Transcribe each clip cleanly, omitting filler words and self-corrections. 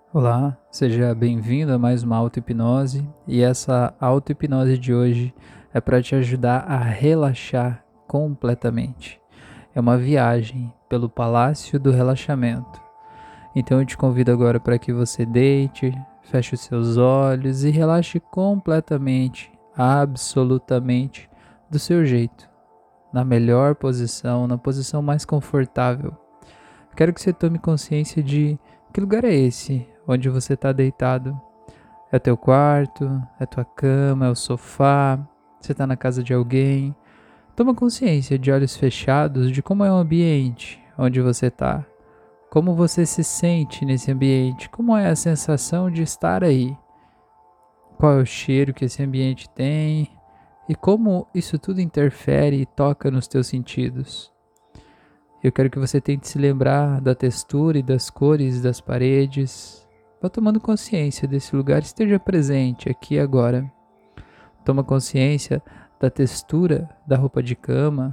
Olá, seja bem-vindo a mais uma auto-hipnose e essa auto-hipnose de hoje é para te ajudar a relaxar completamente. É uma viagem pelo Palácio do Relaxamento. Então eu te convido agora para que você deite, feche os seus olhos e relaxe completamente, absolutamente, do seu jeito, na melhor posição, na posição mais confortável. Quero que você tome consciência de que lugar é esse onde você está deitado. É teu quarto, é tua cama, é o sofá, você está na casa de alguém. Toma consciência de olhos fechados de como é o ambiente onde você está. Como você se sente nesse ambiente, como é a sensação de estar aí. Qual é o cheiro que esse ambiente tem e como isso tudo interfere e toca nos teus sentidos. Eu quero que você tente se lembrar da textura e das cores das paredes. Vá tomando consciência desse lugar, esteja presente aqui e agora. Toma consciência da textura da roupa de cama.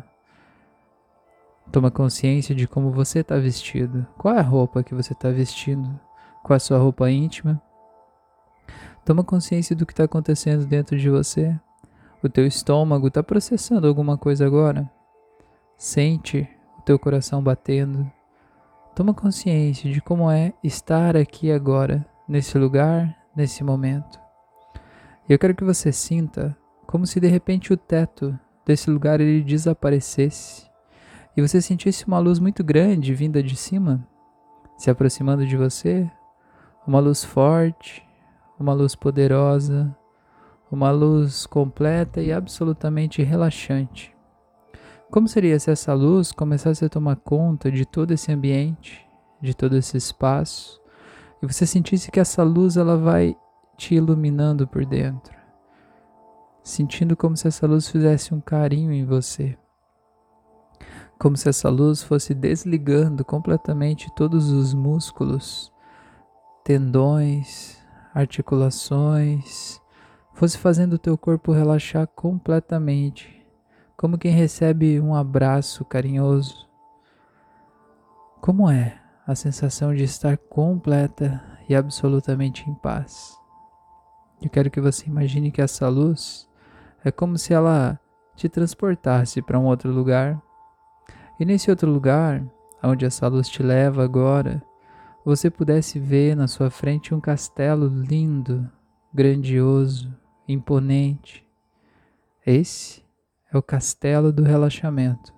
Toma consciência de como você está vestido. Qual é a roupa que você está vestindo? Qual é a sua roupa íntima? Toma consciência do que está acontecendo dentro de você. O teu estômago está processando alguma coisa agora? Sente o teu coração batendo. Toma consciência de como é estar aqui agora, nesse lugar, nesse momento. E eu quero que você sinta como se de repente o teto desse lugar ele desaparecesse e você sentisse uma luz muito grande vinda de cima, se aproximando de você, uma luz forte, uma luz poderosa, uma luz completa e absolutamente relaxante. Como seria se essa luz começasse a tomar conta de todo esse ambiente, de todo esse espaço, e você sentisse que essa luz ela vai te iluminando por dentro, sentindo como se essa luz fizesse um carinho em você, como se essa luz fosse desligando completamente todos os músculos, tendões, articulações, fosse fazendo o teu corpo relaxar completamente, como quem recebe um abraço carinhoso. Como é a sensação de estar completa e absolutamente em paz? Eu quero que você imagine que essa luz é como se ela te transportasse para um outro lugar. E nesse outro lugar, onde essa luz te leva agora, você pudesse ver na sua frente um castelo lindo, grandioso, imponente. Esse é o castelo do relaxamento.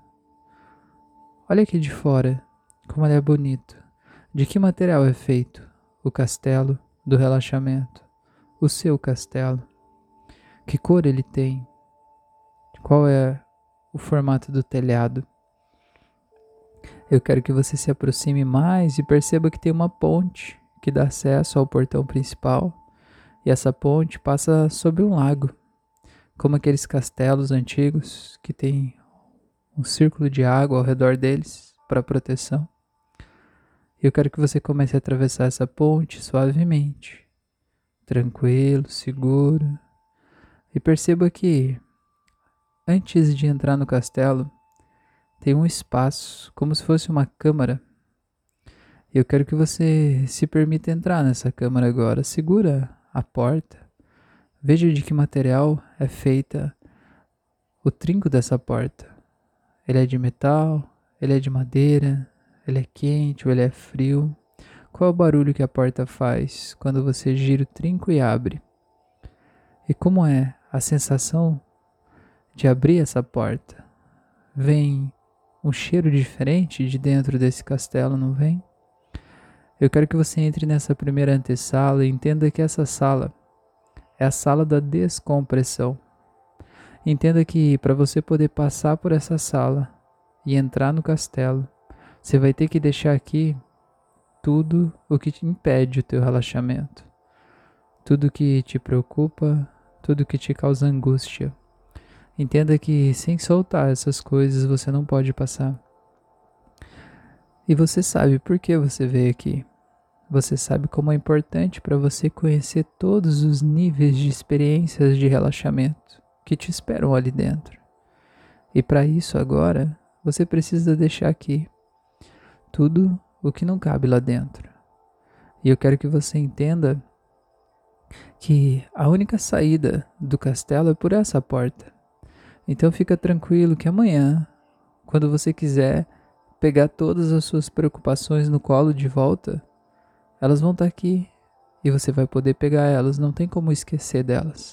Olha aqui de fora, como ele é bonito. De que material é feito o castelo do relaxamento? O seu castelo. Que cor ele tem? Qual é o formato do telhado? Eu quero que você se aproxime mais e perceba que tem uma ponte que dá acesso ao portão principal. E essa ponte passa sobre um lago, como aqueles castelos antigos que tem um círculo de água ao redor deles para proteção. Eu quero que você comece a atravessar essa ponte suavemente, tranquilo, seguro. E perceba que antes de entrar no castelo, tem um espaço, como se fosse uma câmara. Eu quero que você se permita entrar nessa câmara agora. Segura a porta. Veja de que material é feita o trinco dessa porta. Ele é de metal, ele é de madeira, ele é quente ou ele é frio. Qual é o barulho que a porta faz quando você gira o trinco e abre? E como é a sensação de abrir essa porta? Vem um cheiro diferente de dentro desse castelo, não vem? Eu quero que você entre nessa primeira antessala e entenda que essa sala é a sala da descompressão. Entenda que para você poder passar por essa sala e entrar no castelo, você vai ter que deixar aqui tudo o que te impede o teu relaxamento, tudo que te preocupa, tudo que te causa angústia. Entenda que sem soltar essas coisas você não pode passar. E você sabe por que você veio aqui. Você sabe como é importante para você conhecer todos os níveis de experiências de relaxamento que te esperam ali dentro. E para isso agora, você precisa deixar aqui tudo o que não cabe lá dentro. E eu quero que você entenda que a única saída do castelo é por essa porta. Então fica tranquilo que amanhã, quando você quiser pegar todas as suas preocupações no colo de volta, elas vão estar aqui e você vai poder pegar elas, não tem como esquecer delas.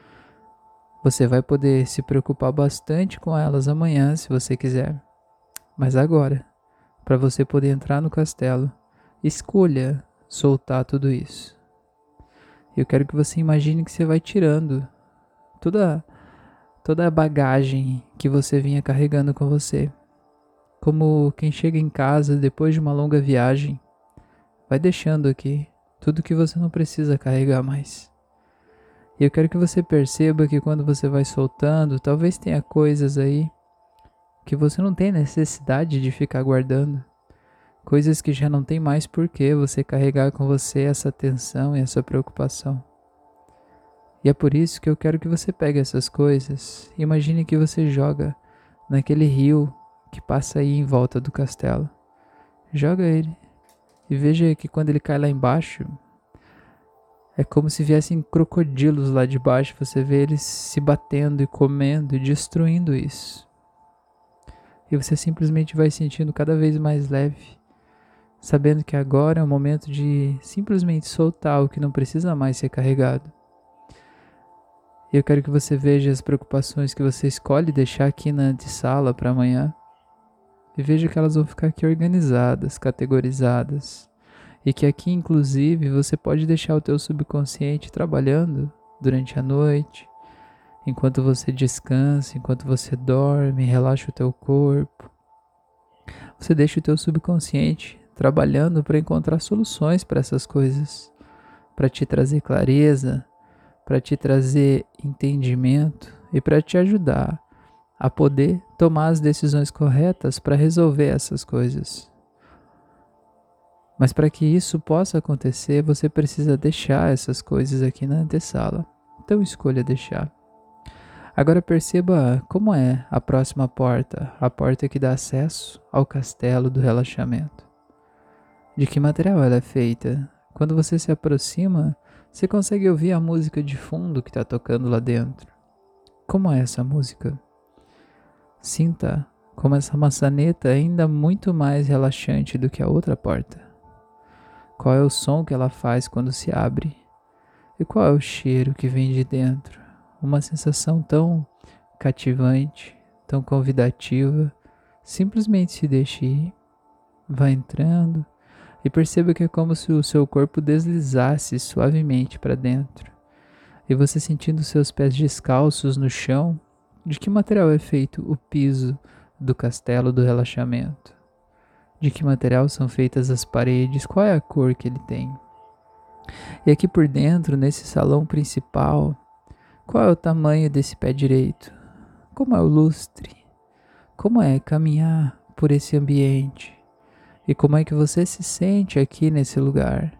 Você vai poder se preocupar bastante com elas amanhã, se você quiser. Mas agora, para você poder entrar no castelo, escolha soltar tudo isso. Eu quero que você imagine que você vai tirando toda a bagagem que você vinha carregando com você. Como quem chega em casa depois de uma longa viagem, vai deixando aqui tudo que você não precisa carregar mais. E eu quero que você perceba que quando você vai soltando, talvez tenha coisas aí que você não tem necessidade de ficar guardando. Coisas que já não tem mais por que você carregar com você essa tensão e essa preocupação. E é por isso que eu quero que você pegue essas coisas e imagine que você joga naquele rio que passa aí em volta do castelo. Joga ele e veja que quando ele cai lá embaixo, é como se viessem crocodilos lá de baixo. Você vê eles se batendo e comendo e destruindo isso. E você simplesmente vai sentindo cada vez mais leve, sabendo que agora é o momento de simplesmente soltar o que não precisa mais ser carregado. E eu quero que você veja as preocupações que você escolhe deixar aqui na antessala para amanhã. E veja que elas vão ficar aqui organizadas, categorizadas. E que aqui, inclusive, você pode deixar o teu subconsciente trabalhando durante a noite, enquanto você descansa, enquanto você dorme, relaxa o teu corpo. Você deixa o teu subconsciente trabalhando para encontrar soluções para essas coisas, para te trazer clareza, para te trazer entendimento e para te ajudar a poder tomar as decisões corretas para resolver essas coisas. Mas para que isso possa acontecer, você precisa deixar essas coisas aqui na antessala. Então escolha deixar. Agora perceba como é a próxima porta, a porta que dá acesso ao castelo do relaxamento. De que material ela é feita? Quando você se aproxima, você consegue ouvir a música de fundo que está tocando lá dentro. Como é essa música? Sinta como essa maçaneta é ainda muito mais relaxante do que a outra porta. Qual é o som que ela faz quando se abre? E qual é o cheiro que vem de dentro? Uma sensação tão cativante, tão convidativa. Simplesmente se deixe ir, vá entrando e perceba que é como se o seu corpo deslizasse suavemente para dentro. E você sentindo seus pés descalços no chão. De que material é feito o piso do castelo do relaxamento? De que material são feitas as paredes? Qual é a cor que ele tem? E aqui por dentro, nesse salão principal, qual é o tamanho desse pé direito? Como é o lustre? Como é caminhar por esse ambiente? E como é que você se sente aqui nesse lugar?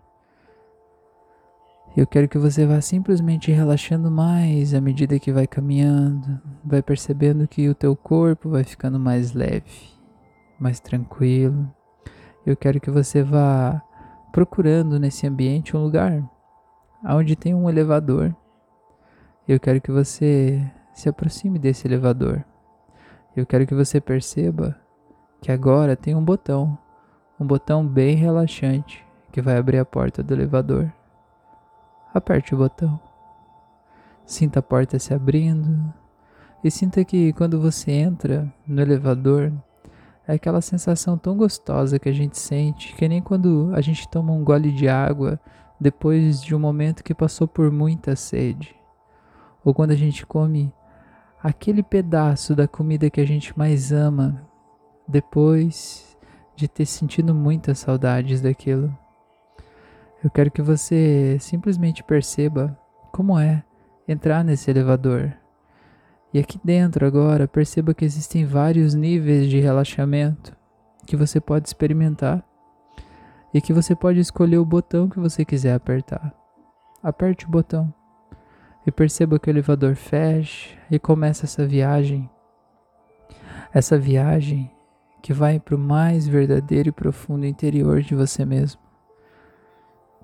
Eu quero que você vá simplesmente relaxando mais à medida que vai caminhando, vai percebendo que o teu corpo vai ficando mais leve, mais tranquilo. Eu quero que você vá procurando nesse ambiente um lugar onde tem um elevador. Eu quero que você se aproxime desse elevador. Eu quero que você perceba que agora tem um botão bem relaxante que vai abrir a porta do elevador. Aperte o botão. Sinta a porta se abrindo e sinta que quando você entra no elevador, é aquela sensação tão gostosa que a gente sente, que nem quando a gente toma um gole de água depois de um momento que passou por muita sede. Ou quando a gente come aquele pedaço da comida que a gente mais ama, depois de ter sentido muitas saudades daquilo. Eu quero que você simplesmente perceba como é entrar nesse elevador. E aqui dentro agora, perceba que existem vários níveis de relaxamento que você pode experimentar e que você pode escolher o botão que você quiser apertar. Aperte o botão e perceba que o elevador fecha e começa essa viagem. Essa viagem que vai para o mais verdadeiro e profundo interior de você mesmo.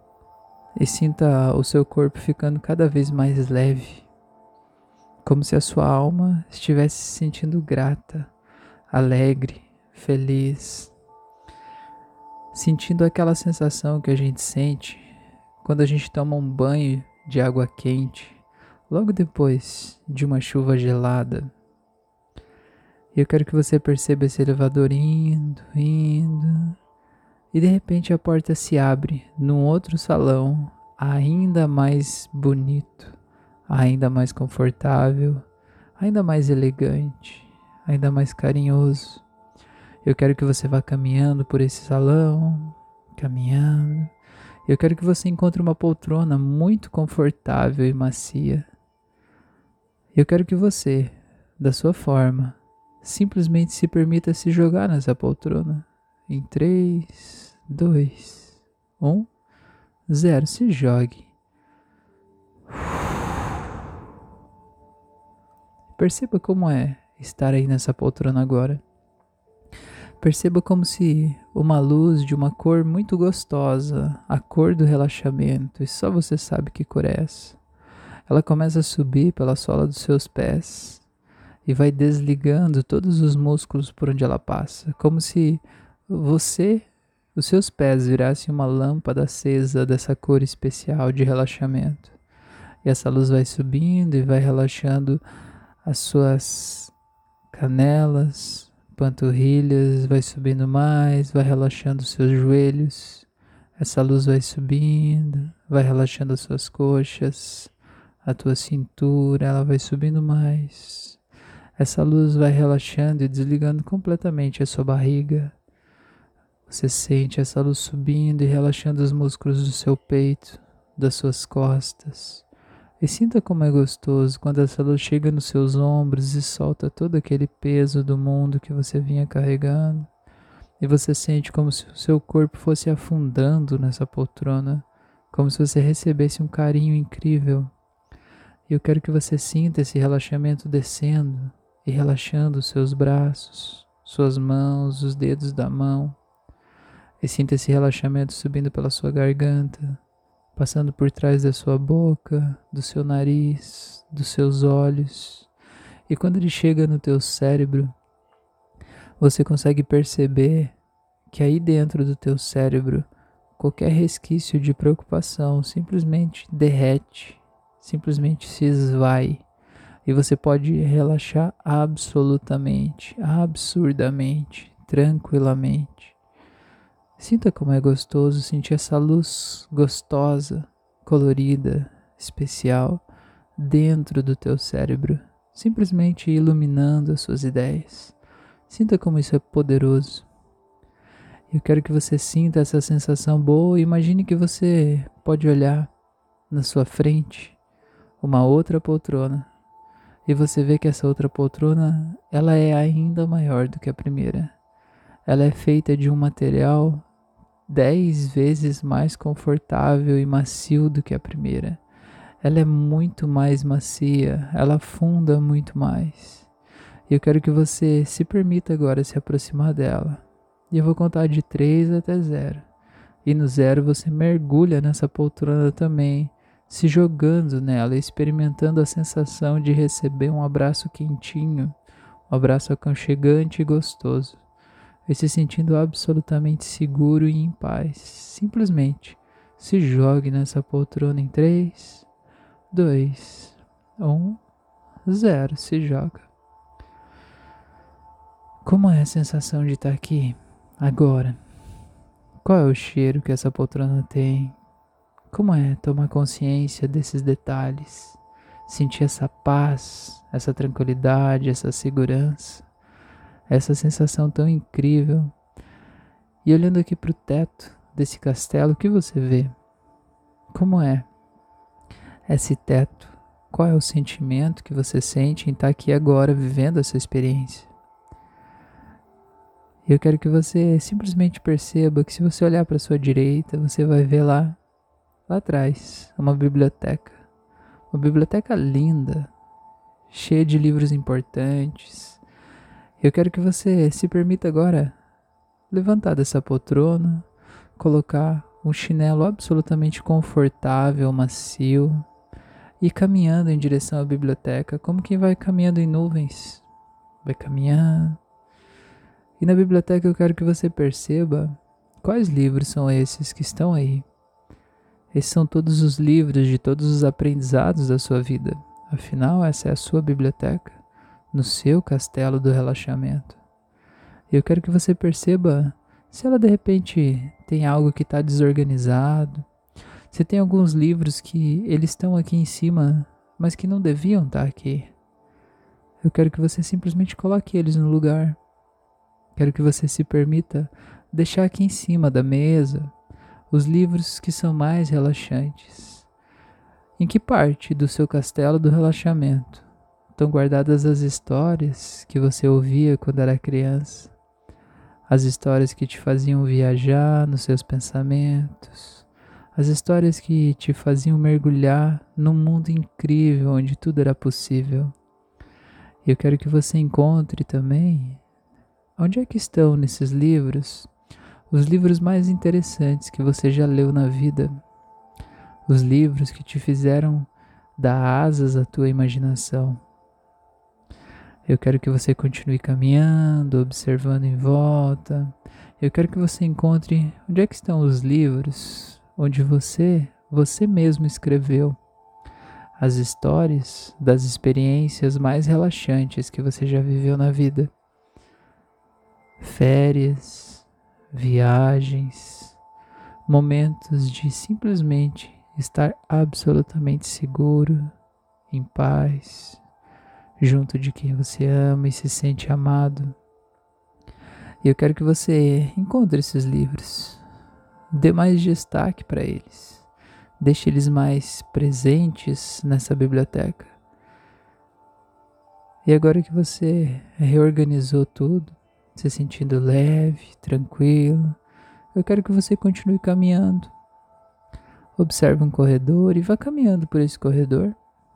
E sinta o seu corpo ficando cada vez mais leve, como se a sua alma estivesse se sentindo grata, alegre, feliz, sentindo aquela sensação que a gente sente quando a gente toma um banho de água quente, logo depois de uma chuva gelada. E eu quero que você perceba esse elevador indo, indo, e de repente a porta se abre num outro salão, ainda mais bonito, ainda mais confortável, ainda mais elegante, ainda mais carinhoso. Eu quero que você vá caminhando por esse salão, caminhando. Eu quero que você encontre uma poltrona muito confortável e macia. Eu quero que você, da sua forma, simplesmente se permita se jogar nessa poltrona. Em 3, 2, 1, 0. Se jogue. Perceba como é estar aí nessa poltrona agora. Perceba como se uma luz de uma cor muito gostosa, a cor do relaxamento, e só você sabe que cor é essa. Ela começa a subir pela sola dos seus pés e vai desligando todos os músculos por onde ela passa, como se os seus pés virassem uma lâmpada acesa dessa cor especial de relaxamento. E essa luz vai subindo e vai relaxando as suas canelas, panturrilhas, vai subindo mais, vai relaxando os seus joelhos. Essa luz vai subindo, vai relaxando as suas coxas, a tua cintura, ela vai subindo mais. Essa luz vai relaxando e desligando completamente a sua barriga. Você sente essa luz subindo e relaxando os músculos do seu peito, das suas costas. E sinta como é gostoso quando essa luz chega nos seus ombros e solta todo aquele peso do mundo que você vinha carregando. E você sente como se o seu corpo fosse afundando nessa poltrona, como se você recebesse um carinho incrível. E eu quero que você sinta esse relaxamento descendo e relaxando os seus braços, suas mãos, os dedos da mão. E sinta esse relaxamento subindo pela sua garganta, passando por trás da sua boca, do seu nariz, dos seus olhos. E quando ele chega no teu cérebro, você consegue perceber que aí dentro do teu cérebro, qualquer resquício de preocupação simplesmente derrete, simplesmente se esvai. E você pode relaxar absolutamente, absurdamente, tranquilamente. Sinta como é gostoso sentir essa luz gostosa, colorida, especial, dentro do teu cérebro, simplesmente iluminando as suas ideias. Sinta como isso é poderoso. Eu quero que você sinta essa sensação boa e imagine que você pode olhar na sua frente uma outra poltrona e você vê que essa outra poltrona, ela é ainda maior do que a primeira. Ela é feita de um material 10 vezes mais confortável e macio do que a primeira. Ela é muito mais macia, ela afunda muito mais. E eu quero que você se permita agora se aproximar dela. E eu vou contar de 3 até 0. E no 0 você mergulha nessa poltrona também, se jogando nela, experimentando a sensação de receber um abraço quentinho, um abraço aconchegante e gostoso. E se sentindo absolutamente seguro e em paz. Simplesmente se jogue nessa poltrona em 3, 2, 1, 0. Se joga. Como é a sensação de estar aqui agora? Qual é o cheiro que essa poltrona tem? Como é tomar consciência desses detalhes? Sentir essa paz, essa tranquilidade, essa segurança, essa sensação tão incrível. E olhando aqui para o teto desse castelo, o que você vê? Como é esse teto? Qual é o sentimento que você sente em estar aqui agora vivendo essa experiência? Eu quero que você simplesmente perceba que se você olhar para a sua direita, você vai ver lá atrás, uma biblioteca. Uma biblioteca linda, cheia de livros importantes. Eu quero que você se permita agora levantar dessa poltrona, colocar um chinelo absolutamente confortável, macio, e caminhando em direção à biblioteca, como quem vai caminhando em nuvens. Vai caminhando. E na biblioteca eu quero que você perceba quais livros são esses que estão aí. Esses são todos os livros de todos os aprendizados da sua vida. Afinal, essa é a sua biblioteca, no seu castelo do relaxamento. Eu quero que você perceba se ela de repente tem algo que está desorganizado. Se tem alguns livros que eles estão aqui em cima, mas que não deviam estar aqui. Eu quero que você simplesmente coloque eles no lugar. Quero que você se permita deixar aqui em cima da mesa os livros que são mais relaxantes. Em que parte do seu castelo do relaxamento estão guardadas as histórias que você ouvia quando era criança? As histórias que te faziam viajar nos seus pensamentos, as histórias que te faziam mergulhar num mundo incrível onde tudo era possível. Eu quero que você encontre também onde é que estão nesses livros os livros mais interessantes que você já leu na vida, os livros que te fizeram dar asas à tua imaginação. Eu quero que você continue caminhando, observando em volta. Eu quero que você encontre onde é que estão os livros onde você mesmo escreveu as histórias das experiências mais relaxantes que você já viveu na vida. Férias, viagens, momentos de simplesmente estar absolutamente seguro, em paz, junto de quem você ama e se sente amado. E eu quero que você encontre esses livros, dê mais destaque para eles, deixe eles mais presentes nessa biblioteca. E agora que você reorganizou tudo, se sentindo leve, tranquilo, eu quero que você continue caminhando. Observe um corredor e vá caminhando por esse corredor.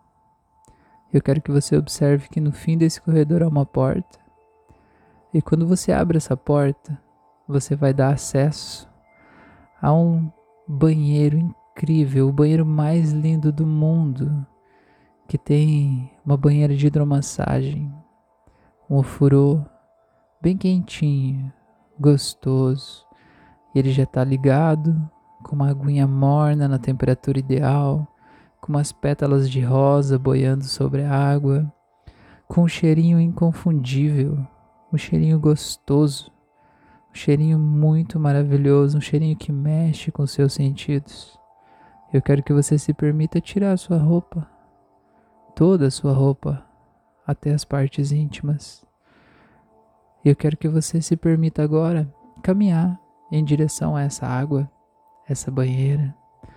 Eu quero que você observe que no fim desse corredor há uma porta. E quando você abre essa porta, você vai dar acesso a um banheiro incrível, o banheiro mais lindo do mundo, que tem uma banheira de hidromassagem, um ofurô bem quentinho, gostoso. E ele já está ligado com uma aguinha morna na temperatura ideal, com umas pétalas de rosa boiando sobre a água, com um cheirinho inconfundível, um cheirinho gostoso, um cheirinho muito maravilhoso, um cheirinho que mexe com seus sentidos. Eu quero que você se permita tirar a sua roupa, toda a sua roupa, até as partes íntimas. Eu quero que você se permita agora caminhar em direção a essa água, essa banheira.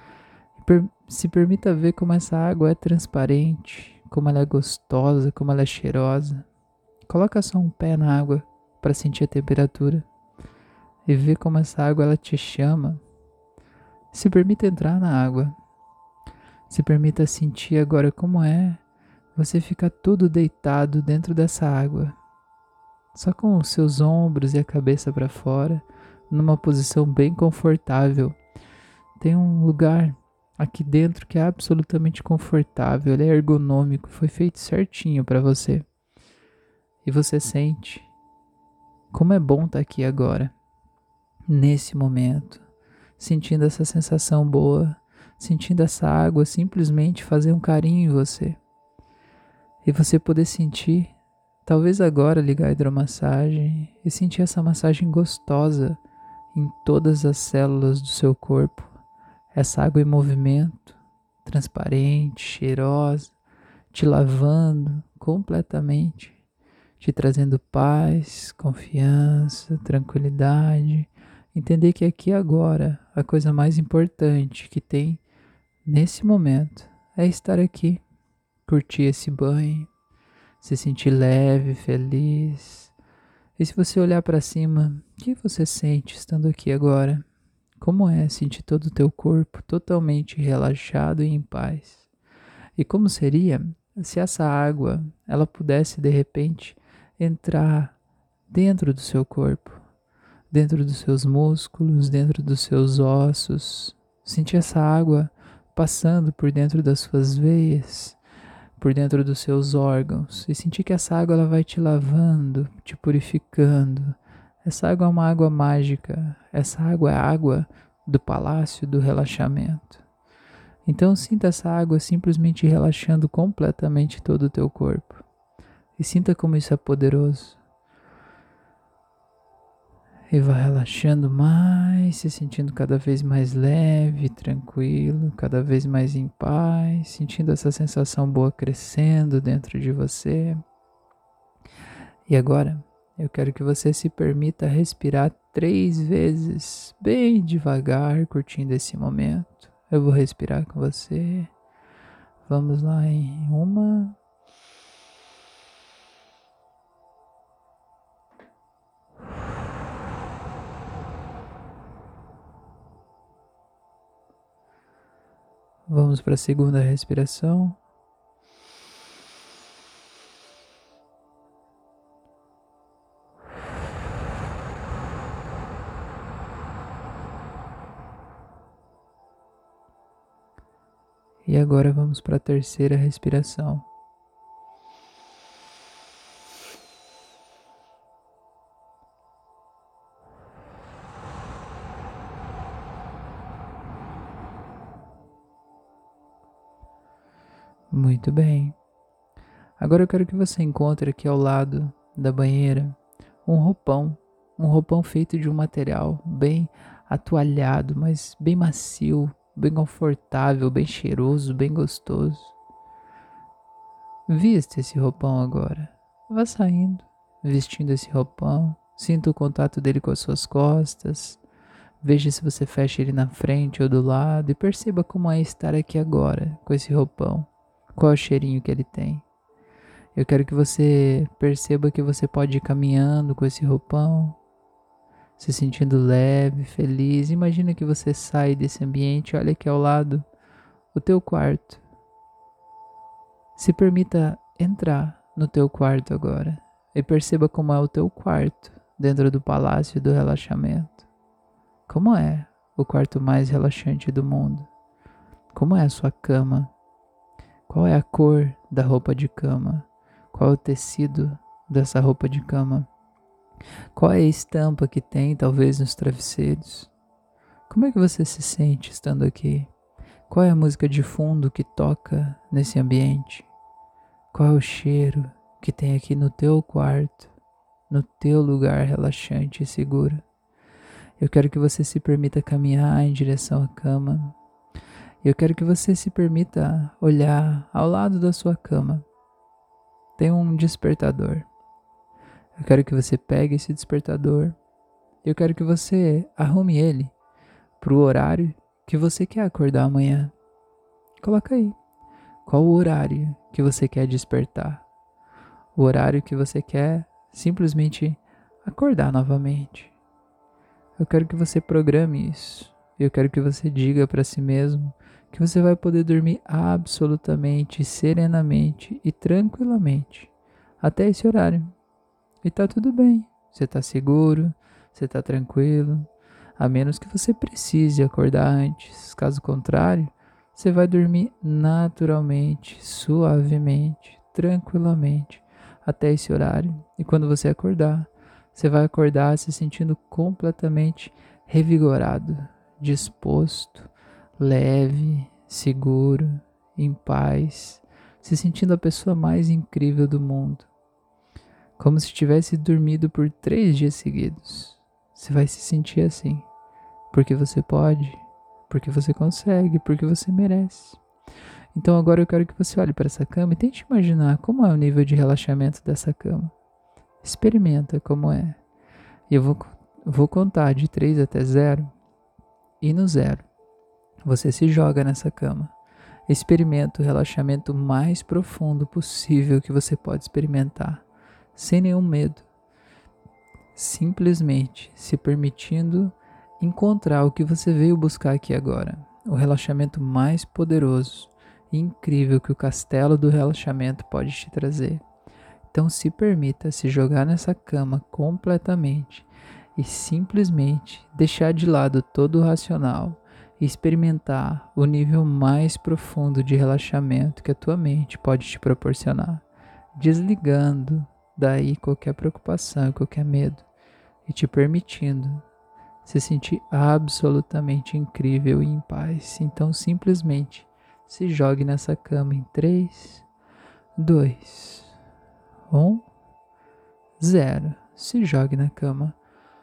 Se permita ver como essa água é transparente, como ela é gostosa, como ela é cheirosa. Coloca só um pé na água para sentir a temperatura e ver como essa água ela te chama. Se permita entrar na água. Se permita sentir agora como é você ficar todo deitado dentro dessa água, só com os seus ombros e a cabeça para fora, numa posição bem confortável. Tem um lugar aqui dentro que é absolutamente confortável, ele é ergonômico, foi feito certinho para você. E você sente como é bom estar aqui agora, nesse momento, sentindo essa sensação boa, sentindo essa água simplesmente fazer um carinho em você. E você poder sentir, talvez agora ligar a hidromassagem e sentir essa massagem gostosa em todas as células do seu corpo. Essa água em movimento, transparente, cheirosa, te lavando completamente, te trazendo paz, confiança, tranquilidade. Entender que aqui agora a coisa mais importante que tem nesse momento é estar aqui, curtir esse banho, se sentir leve, feliz. E se você olhar para cima, o que você sente estando aqui agora? Como é sentir todo o teu corpo totalmente relaxado e em paz? E como seria se essa água, ela pudesse de repente entrar dentro do seu corpo, dentro dos seus músculos, dentro dos seus ossos. Sentir essa água passando por dentro das suas veias, por dentro dos seus órgãos. E sentir que essa água ela vai te lavando, te purificando. Essa água é uma água mágica. Essa água é a água do palácio do relaxamento. Então sinta essa água simplesmente relaxando completamente todo o teu corpo. E sinta como isso é poderoso. E vai relaxando mais, se sentindo cada vez mais leve, tranquilo, cada vez mais em paz, sentindo essa sensação boa crescendo dentro de você. E agora, eu quero que você se permita respirar 3 vezes, bem devagar, curtindo esse momento. Eu vou respirar com você. Vamos lá em 1. Vamos para a segunda respiração. E agora vamos para a terceira respiração. Muito bem. Agora eu quero que você encontre aqui ao lado da banheira um roupão feito de um material bem atoalhado, mas bem macio, bem confortável, bem cheiroso, bem gostoso. Vista esse roupão agora. Vá saindo, vestindo esse roupão. Sinta o contato dele com as suas costas. Veja se você fecha ele na frente ou do lado e perceba como é estar aqui agora com esse roupão. Qual é o cheirinho que ele tem? Eu quero que você perceba que você pode ir caminhando com esse roupão, se sentindo leve, feliz. Imagina que você sai desse ambiente, olha aqui ao lado, o teu quarto. Se permita entrar no teu quarto agora e perceba como é o teu quarto dentro do palácio do relaxamento. Como é o quarto mais relaxante do mundo? Como é a sua cama? Qual é a cor da roupa de cama? Qual é o tecido dessa roupa de cama? Qual é a estampa que tem, talvez, nos travesseiros? Como é que você se sente estando aqui? Qual é a música de fundo que toca nesse ambiente? Qual é o cheiro que tem aqui no teu quarto, no teu lugar relaxante e seguro? Eu quero que você se permita caminhar em direção à cama. Eu quero que você se permita olhar ao lado da sua cama. Tem um despertador. Eu quero que você pegue esse despertador. Eu quero que você arrume ele para o horário que você quer acordar amanhã. Coloca aí. Qual o horário que você quer despertar? O horário que você quer simplesmente acordar novamente. Eu quero que você programe isso. Eu quero que você diga para si mesmo que você vai poder dormir absolutamente, serenamente e tranquilamente até esse horário. E tá tudo bem. Você tá seguro, você tá tranquilo. A menos que você precise acordar antes. Caso contrário, você vai dormir naturalmente, suavemente, tranquilamente até esse horário. E quando você acordar, você vai acordar se sentindo completamente revigorado, disposto, leve, seguro, em paz, se sentindo a pessoa mais incrível do mundo. Como se tivesse dormido por 3 dias seguidos. Você vai se sentir assim. Porque você pode, porque você consegue, porque você merece. Então agora eu quero que você olhe para essa cama e tente imaginar como é o nível de relaxamento dessa cama. Experimenta como é. E eu vou contar de 3 até 0. E no 0, você se joga nessa cama. Experimenta o relaxamento mais profundo possível que você pode experimentar. Sem nenhum medo. Simplesmente se permitindo encontrar o que você veio buscar aqui agora. O relaxamento mais poderoso e incrível que o castelo do relaxamento pode te trazer. Então se permita se jogar nessa cama completamente e simplesmente deixar de lado todo o racional e experimentar o nível mais profundo de relaxamento que a tua mente pode te proporcionar, desligando daí qualquer preocupação, qualquer medo e te permitindo se sentir absolutamente incrível e em paz. Então simplesmente se jogue nessa cama em 3, 2, 1, 0. Se jogue na cama.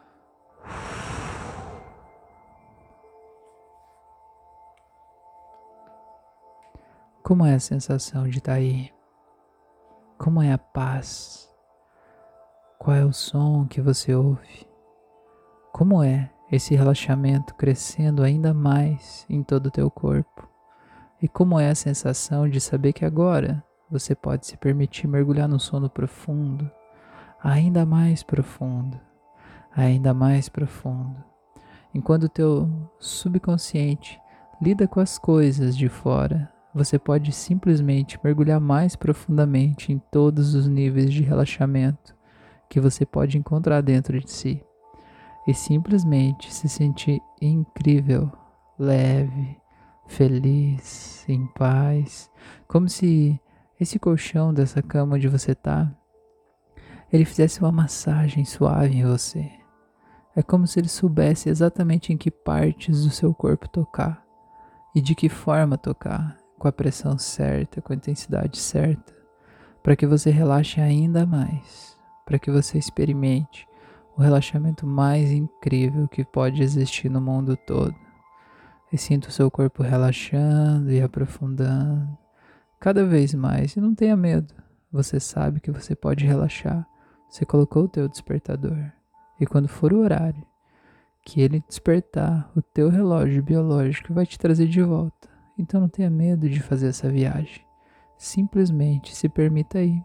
Como é a sensação de estar aí? Como é a paz? Qual é o som que você ouve? Como é esse relaxamento crescendo ainda mais em todo o teu corpo? E como é a sensação de saber que agora você pode se permitir mergulhar no sono profundo, ainda mais profundo, ainda mais profundo, enquanto o teu subconsciente lida com as coisas de fora, você pode simplesmente mergulhar mais profundamente em todos os níveis de relaxamento que você pode encontrar dentro de si e simplesmente se sentir incrível, leve, feliz, em paz, como se esse colchão dessa cama onde você tá, ele fizesse uma massagem suave em você. É como se ele soubesse exatamente em que partes do seu corpo tocar e de que forma tocar, com a pressão certa, com a intensidade certa, para que você relaxe ainda mais, para que você experimente o relaxamento mais incrível que pode existir no mundo todo. E sinta o seu corpo relaxando e aprofundando cada vez mais. E não tenha medo, você sabe que você pode relaxar. Você colocou o teu despertador. E quando for o horário que ele despertar, o teu relógio biológico vai te trazer de volta. Então não tenha medo de fazer essa viagem. Simplesmente se permita ir.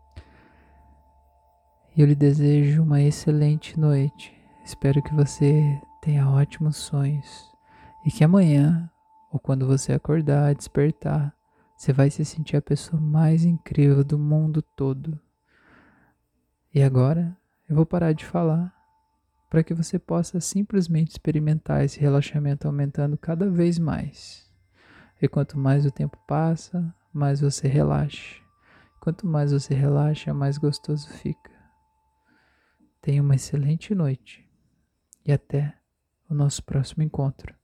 E eu lhe desejo uma excelente noite. Espero que você tenha ótimos sonhos. E que amanhã, ou quando você acordar, despertar, você vai se sentir a pessoa mais incrível do mundo todo. E agora, eu vou parar de falar para que você possa simplesmente experimentar esse relaxamento aumentando cada vez mais. E quanto mais o tempo passa, mais você relaxa. Quanto mais você relaxa, mais gostoso fica. Tenha uma excelente noite e até o nosso próximo encontro.